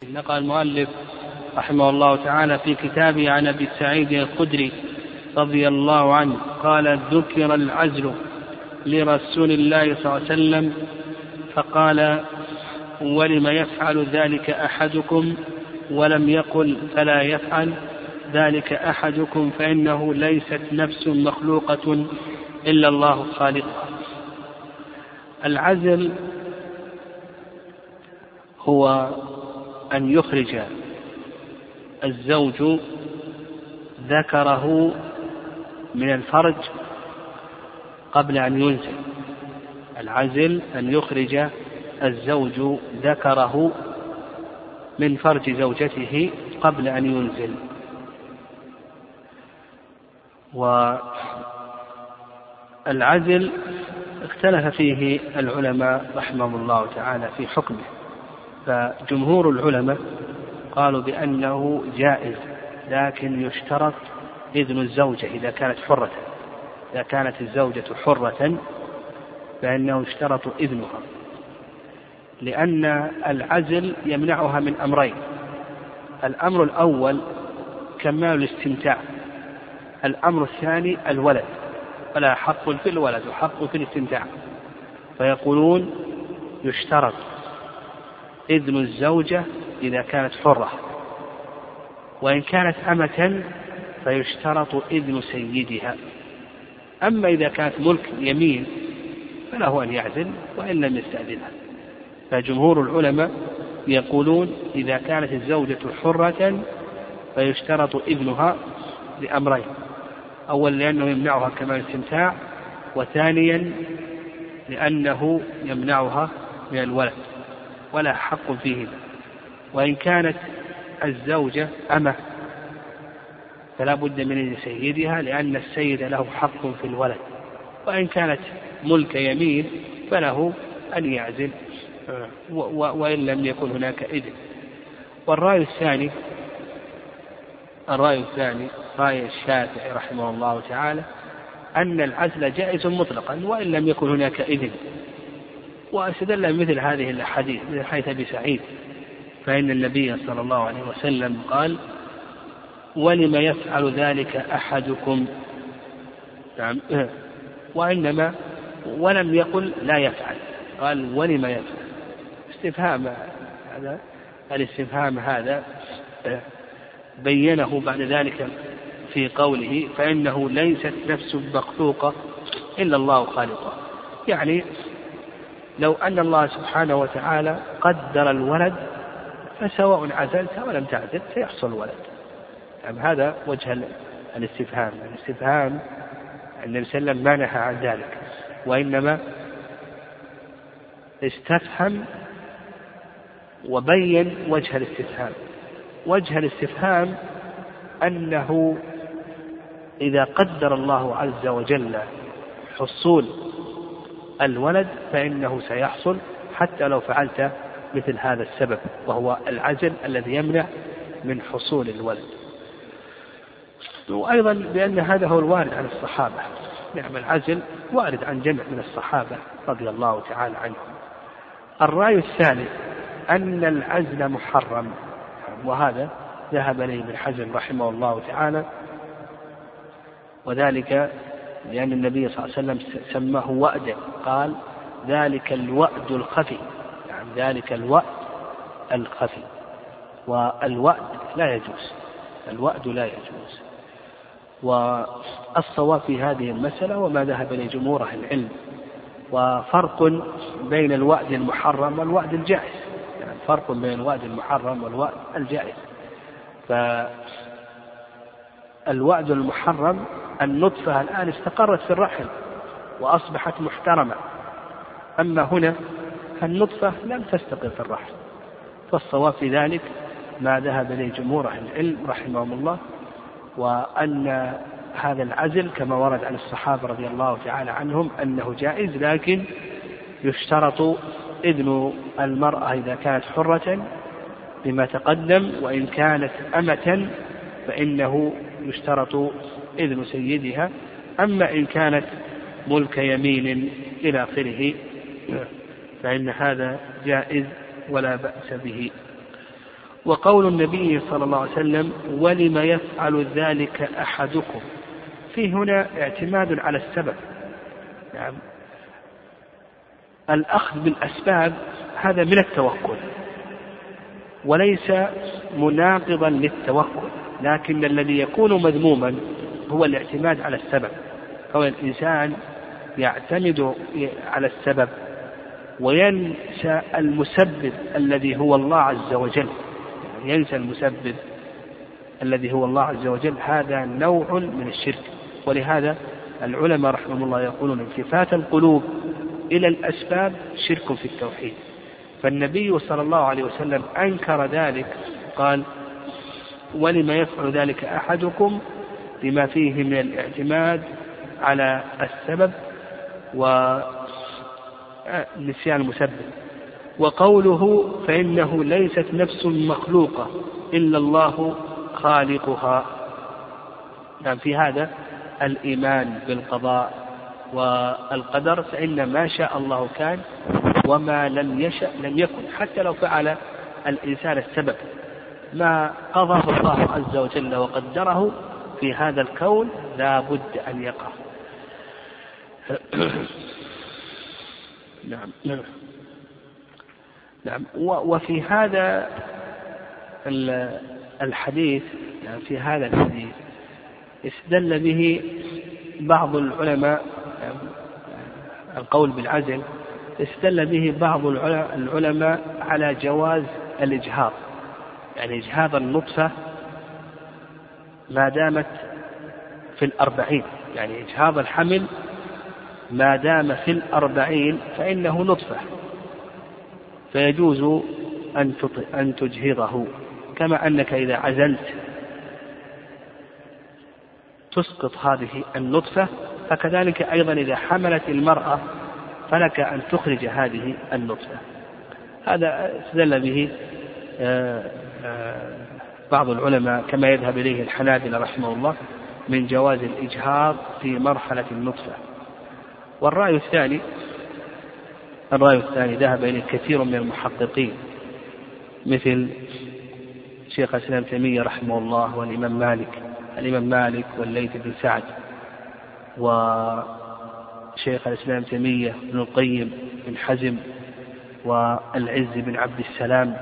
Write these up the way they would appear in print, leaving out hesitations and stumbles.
نقل المؤلف رحمه الله تعالى في كتابه عن أبي سعيد الخدري رضي الله عنه قال: ذكر العزل لرسول الله صلى الله عليه وسلم فقال: ولم يفعل ذلك أحدكم؟ ولم يقل فلا يفعل ذلك أحدكم، فإنه ليست نفس مخلوقة إلا الله خالقها. العزل هو أن يخرج الزوج ذكره من الفرج قبل أن ينزل. العزل أن يخرج الزوج ذكره من فرج زوجته قبل أن ينزل. والعزل اختلف فيه العلماء رحمهم الله تعالى في حكمه، فجمهور العلماء قالوا بأنه جائز، لكن يشترط إذن الزوجة إذا كانت حرة. إذا كانت الزوجة حرة فإنه يشترط إذنها، لأن العزل يمنعها من أمرين: الأمر الأول كمال الاستمتاع، الأمر الثاني الولد، فلا حق في الولد وحق في الاستمتاع. فيقولون يشترط إذن الزوجة إذا كانت حرة، وإن كانت أمة فيشترط إذن سيدها. أما إذا كانت ملك يمين فله أن يعزل وإن لم يستأذنها. فجمهور العلماء يقولون إذا كانت الزوجة حرة فيشترط إذنها لأمرين: أولا لأنه يمنعها كمال الاستمتاع، وثانيا لأنه يمنعها من الولد ولا حق فيه. وإن كانت الزوجة أمة فلا بد من إذن سيدها، لأن السيد له حق في الولد. وإن كانت ملك يمين فله أن يعزل وإن لم يكن هناك إذن. والرأي الثاني رأي الشافعي رحمه الله تعالى أن العزل جائز مطلقا وإن لم يكن هناك إذن، واستدل مثل هذه الأحاديث من حيث أبي سعيد، فإن النبي صلى الله عليه وسلم قال: ولم يفعل ذلك أحدكم؟ وإنما ولم يقل لا يفعل، قال ولم يفعل. الاستفهام هذا بينه بعد ذلك في قوله: فإنه ليست نفس مخلوقة إلا الله خالقها. يعني لو أن الله سبحانه وتعالى قدر الولد فسواء عزلت ولم تعزل سيحصل الولد. هذا وجه الاستفهام. الاستفهام النبي صلى الله عليه وسلم ما نهى عن ذلك، وإنما استفهم وبين وجه الاستفهام. وجه الاستفهام أنه إذا قدر الله عز وجل حصول الولد فإنه سيحصل حتى لو فعلت مثل هذا السبب، وهو العزل الذي يمنع من حصول الولد. وأيضا بأن هذا هو الوارد عن الصحابة. نعم، العزل وارد عن جمع من الصحابة رضي الله تعالى عنهم. الرأي الثالث أن العزل محرم، وهذا ذهب إليه ابن حزم رحمه الله تعالى، وذلك لأن النبي صلى الله عليه وسلم سماه وأدا، قال: ذلك الوأد الخفي، يعني ذلك الوأد الخفي. والوأد لا يجوز، الوأد لا يجوز. والصواب في هذه المسألة وما ذهب إليه جمهور أهل العلم، وفرق بين الوأد المحرم والوأد الجائز، يعني فرق بين الوأد المحرم والوأد الجائز. فالوأد المحرم النطفة الآن استقرت في الرحم وأصبحت محترمة، أما هنا النطفة لم تستقر في الرحم. فالصواب في ذلك ما ذهب إليه جمهور أهل العلم رحمهم الله، وأن هذا العزل كما ورد عن الصحابة رضي الله تعالى عنهم أنه جائز، لكن يشترط إذن المرأة إذا كانت حرة بما تقدم، وإن كانت أمة فإنه يشترط إذن سيدها. أما إن كانت ملك يمين إلى آخره فإن هذا جائز ولا بأس به. وقول النبي صلى الله عليه وسلم ولم يفعل ذلك أحدكم، فيه هنا اعتماد على السبب. يعني الأخذ بالأسباب هذا من التوكل وليس مناقضا للتوكل، لكن الذي يكون مذموما هو الاعتماد على السبب. هو الإنسان يعتمد على السبب وينسى المسبب الذي هو الله عز وجل، يعني ينسى المسبب الذي هو الله عز وجل. هذا نوع من الشرك. ولهذا العلماء رحمهم الله يقولون التفات القلوب إلى الأسباب شرك في التوحيد. فالنبي صلى الله عليه وسلم أنكر ذلك، قال ولما يفعل ذلك أحدكم، لما فيه من الاعتماد على السبب ونسيان المسبب. وقوله فإنه ليست نفس مخلوقة إلا الله خالقها، يعني في هذا الإيمان بالقضاء والقدر، فإن ما شاء الله كان وما لم يشأ لم يكن. حتى لو فعل الإنسان السبب، ما قضاه الله عز وجل وقدره في هذا الكون لا بد أن يقع. نعم. وفي هذا الحديث، يعني في هذا الحديث استدل به بعض العلماء، القول بالعزل استدل به بعض العلماء على جواز الإجهاض، يعني إجهاض النطفة ما دامت في 40، يعني إجهاض الحمل ما دام في 40 فإنه نطفة، فيجوز أن تجهضه، كما أنك إذا عزلت تسقط هذه النطفة، فكذلك أيضا إذا حملت المرأة فلك أن تخرج هذه النطفة. هذا استدل به بعض العلماء كما يذهب إليه الحنابلة رحمه الله من جواز الإجهاض في مرحلة النطفة. والرأي الثاني ذهب إليه كثير من المحققين مثل شيخ الإسلام تيمية رحمه الله والإمام مالك والليث بن سعد وشيخ الإسلام تيمية ابن القيم بن حزم والعز بن عبد السلام.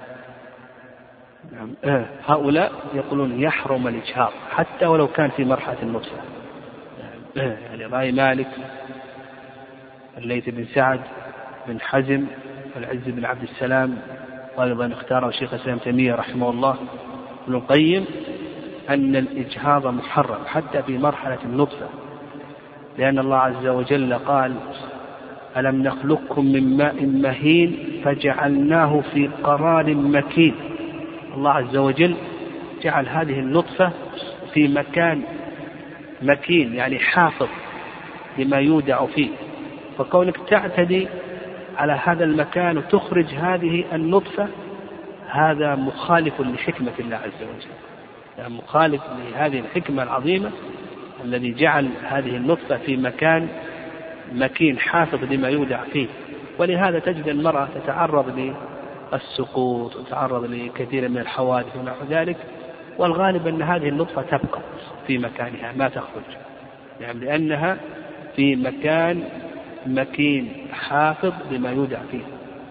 هؤلاء يقولون يحرم الإجهاض حتى ولو كان في مرحلة النطفة. يعني رأي مالك، الليث بن سعد، بن حزم، والعز بن عبد السلام، وأيضا اختاره شيخ الإسلام تيمية رحمه الله ابن القيم أن الإجهاض محرم حتى في مرحلة النطفة، لأن الله عز وجل قال ألم نخلقكم من ماء مهين فجعلناه في قرار مكين. الله عز وجل جعل هذه النطفة في مكان مكين، يعني حافظ لما يودع فيه، فكونك تعتدي على هذا المكان وتخرج هذه النطفة هذا مخالف لحكمة الله عز وجل، يعني مخالف لهذه الحكمة العظيمة الذي جعل هذه النطفة في مكان مكين حافظ لما يودع فيه. ولهذا تجد المرأة تتعرض للسقوط وتتعرض لكثير من الحوادث ونحو ذلك، والغالب أن هذه النطفة تبقى في مكانها ما تخرج، يعني لأنها في مكان مكين حافظ لما يودع فيه.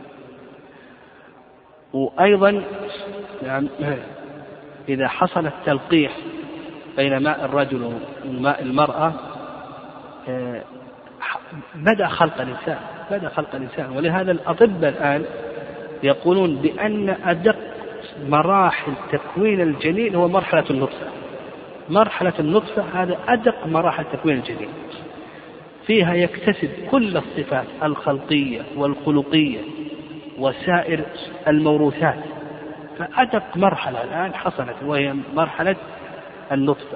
وأيضا يعني إذا حصل التلقيح بين ماء الرجل وماء المرأة بدأ خلق الإنسان. ولهذا الأطباء الآن يقولون بأن أدق مراحل تكوين الجنين هو مرحلة النطفة. هذا أدق مراحل تكوين الجنين، فيها يكتسب كل الصفات الخلقية والخلقية وسائر الموروثات. فأدق مرحلة الآن حصلت وهي مرحلة النطفة.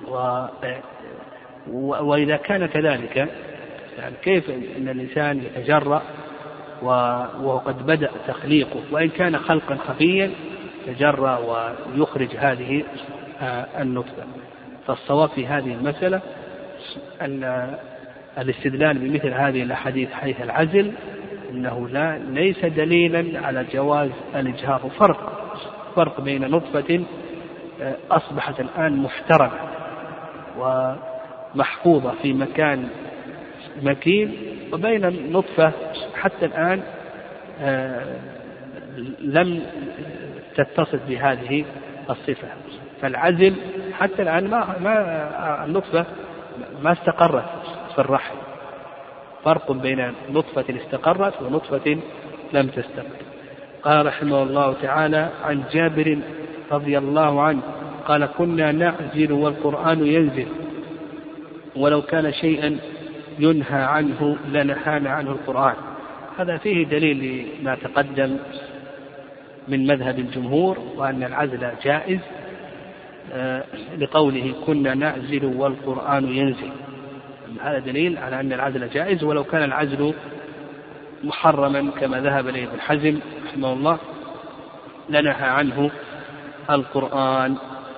وإذا كان كذلك يعني كيف أن الإنسان يتجرأ وهو قد بدأ تخليقه، وإن كان خلقا خفيا يتجرأ ويخرج هذه النطفة. فالصواب في هذه المسألة أن الاستدلال بمثل هذه الأحاديث حيث العزل أنه ليس دليلا على جواز الإجهاض. فرق فرق بين نطفة أصبحت الآن محترمة ومحفوظة في مكان مكين، وبين نطفة حتى الآن لم تتصف بهذه الصفة. فالعزل حتى الآن ما النطفة ما استقرت في الرحم، فرق بين نطفة استقرت ونطفة لم تستقر. قال رحمه الله تعالى عن جابر رضي الله عنه قال كنا نعزل والقرآن ينزل ولو كان شيئا ينهى عنه لنهانا عنه القرآن. هذا فيه دليل لما تقدم من مذهب الجمهور وأن العزل جائز، لقوله كنا نعزل والقرآن ينزل. هذا دليل على أن العزل جائز، ولو كان العزل محرما كما ذهب إليه ابن حزم رحمه الله لنهى عنه القرآن.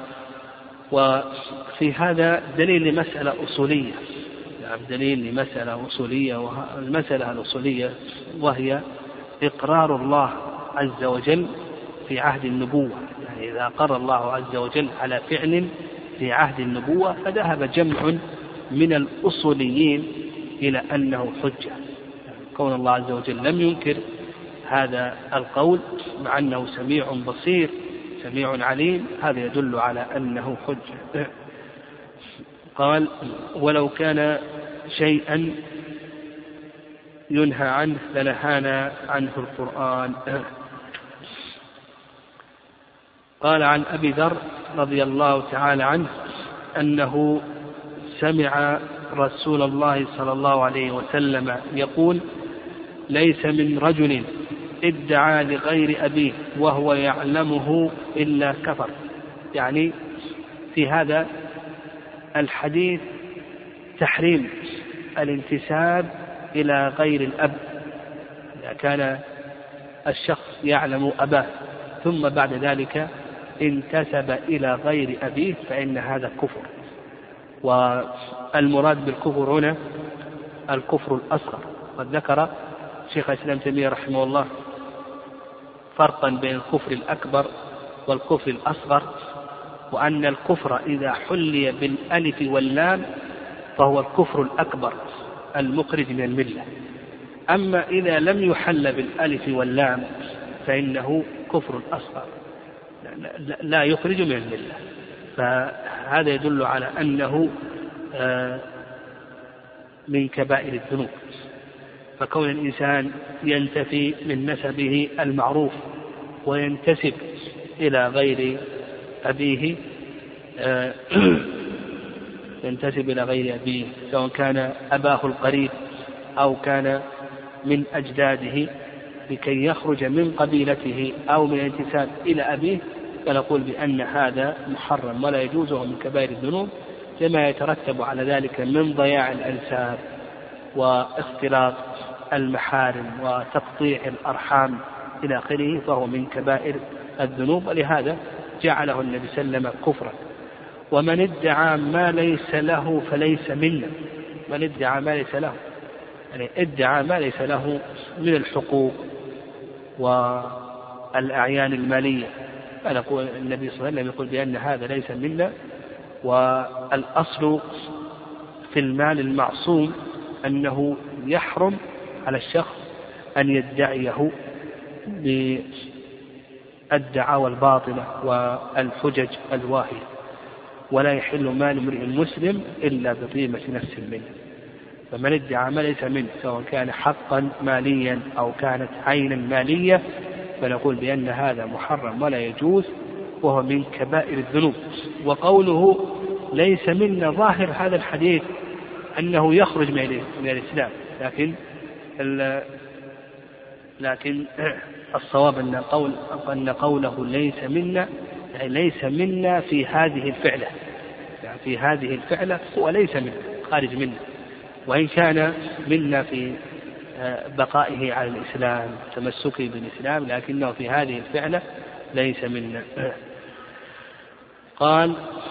وفي هذا دليل لمسألة أصولية، دليل لمسألة أصولية، والمسألة الأصولية وهي إقرار الله عز وجل في عهد النبوة. يعني إذا أقر الله عز وجل على فعل في عهد النبوة فذهب جمع من الأصوليين إلى أنه حجة. كون الله عز وجل لم ينكر هذا القول مع أنه سميع بصير سميع عليم، هذا يدل على أنه حجة. قال ولو كان شيئا ينهى عنه لنهانا عنه القرآن. قال عن أبي ذر رضي الله تعالى عنه أنه سمع رسول الله صلى الله عليه وسلم يقول ليس من رجل ادعى لغير أبيه وهو يعلمه إلا كفر. يعني في هذا الحديث تحريم الانتساب إلى غير الأب. إذا كان الشخص يعلم أباه ثم بعد ذلك انتسب إلى غير أبيه فإن هذا كفر. والمراد بالكفر هنا الكفر الأصغر. قد ذكر شيخ الإسلام تيمية رحمه الله فرقا بين الكفر الأكبر والكفر الأصغر، وأن الكفر إذا حلي بالألف واللام فهو الكفر الأكبر المخرج من الملة. أما إذا لم يحل بالألف واللام فإنه كفر أصغر لا يخرج من الملة. فهذا يدل على أنه من كبائر الذنوب. فكون الإنسان ينتفي من نسبه المعروف وينتسب إلى غير أبيه ينتسب إلى غير أبيه سواء كان أباه القريب أو كان من أجداده لكي يخرج من قبيلته أو من الانتساب إلى أبيه، فنقول بأن هذا محرم ولا يجوزه من كبائر الذنوب، لما يترتب على ذلك من ضياع الأنساب واختلاط المحارم وتقطيع الأرحام إلى آخره، فهو من كبائر الذنوب. ولهذا جعله النبي صلى الله عليه وسلم كفرا. ومن ادعى ما ليس له فليس منا. من ادعى ما ليس له يعني ادعى ما ليس له من الحقوق والأعيان المالية، فنقول النبي صلى الله عليه وسلم يقول بأن هذا ليس منا. والأصل في المال المعصوم أنه يحرم على الشخص أن يدعيه بالدعاوى الباطلة والحجج الواهية، ولا يحل مال امرئ مسلم إلا بطيبة نفس منه. فمن ادعى ما ليس منه سواء كان حقا ماليا أو كانت عينا مالية فنقول بأن هذا محرم ولا يجوز، وهو من كبائر الذنوب. وقوله ليس منا ظاهر هذا الحديث أنه يخرج من الإسلام، لكن الصواب أن قوله ليس منا يعني ليس منا في هذه الفعلة، يعني في هذه الفعلة هو ليس منا خارج منا، وإن كان منا في بقائه على الإسلام تمسكه بالإسلام، لكنه في هذه الفعلة ليس منا. قال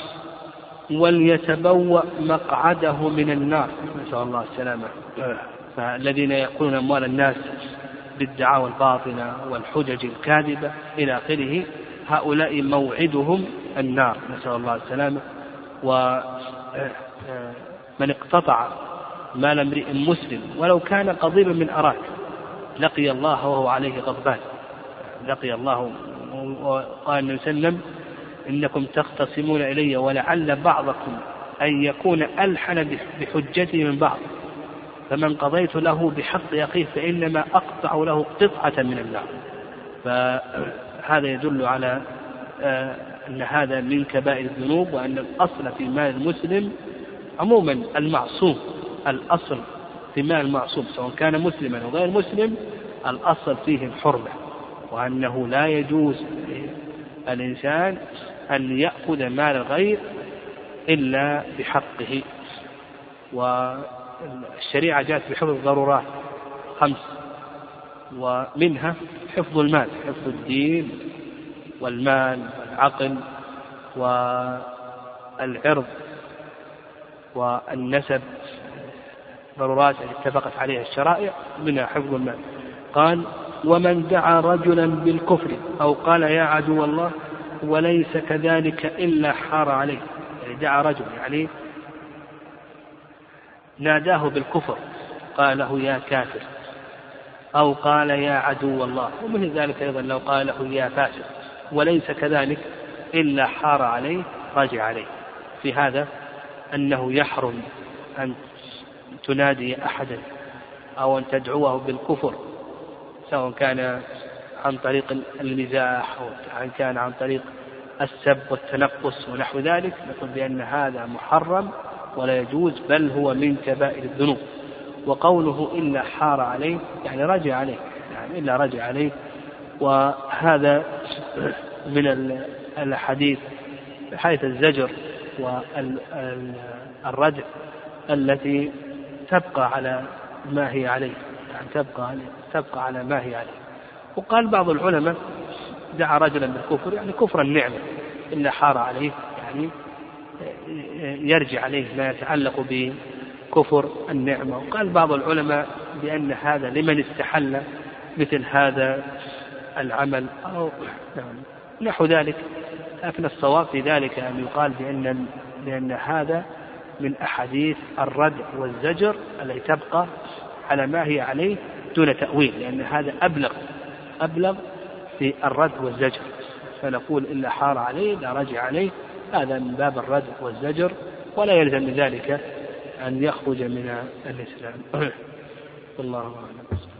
وليتبوأ مقعده من النار، نسأل الله السلامة. فالذين يأكلون أموال الناس بالدعاوى الباطلة والحجج الكاذبة إلى آخره هؤلاء موعدهم النار، نسأل الله السلامة. ومن اقتطع مال امرئ مسلم ولو كان قضيبا من أراك لقي الله وهو عليه غضبان، لقي الله. وقال النبي صلى الله عليه وسلم إنكم تختصمون إلي ولعل بعضكم أن يكون ألحن بحجته من بعض، فمن قضيت له بحق أخيه فإنما أقطع له قطعة من النار. فهذا يدل على أن هذا من كبائر الذنوب، وأن الأصل في مال المسلم عموما المعصوم، الأصل في مال المعصوم سواء كان مسلما أو غير مسلم الأصل فيه الحرمة، وأنه لا يجوز الإنسان أن يأخذ مال الغير إلا بحقه. والشريعة جاءت بحفظ الضرورات 5، ومنها حفظ المال، حفظ الدين والمال والعقل والعرض والنسب، ضرورات اتفقت عليها الشرائع، منها حفظ المال. قال ومن دعا رجلا بالكفر أو قال يا عدو الله وليس كذلك إلا حار عليه، يعني دعا رجل يعني ناداه بالكفر قال له يا كافر، أو قال يا عدو الله، ومن ذلك أيضا لو قال له يا فاسق، وليس كذلك إلا حار عليه راجع عليه. في هذا أنه يحرم أن تنادي أحدا أو أن تدعوه بالكفر، سواء كان عن طريق المزاح أو كان عن طريق السب والتنقص ونحو ذلك، نقول بأن هذا محرم ولا يجوز، بل هو من كبائر الذنوب. وقوله إلا حار عليه يعني رجع عليه، يعني إلا رجع عليه. وهذا من الحديث حيث الزجر والردع التي تبقى على ما هي عليه، يعني تبقى على ما هي عليه. وقال بعض العلماء دعا رجلا بالكفر يعني كفر النعمة، إلا حار عليه يعني يرجع عليه ما يتعلق بكفر النعمة. وقال بعض العلماء بأن هذا لمن استحل مثل هذا العمل أو نحو ذلك، لكن الصواب في ذلك أن يقال بأن هذا من أحاديث الردع والزجر التي تبقى على ما هي عليه دون تأويل، لأن هذا أبلغ في الرد والزجر. فنقول إلا حار عليه لا رجع عليه، هذا من باب الرد والزجر، ولا يلزم ذلك أن يخرج من الإسلام. والله أعلم.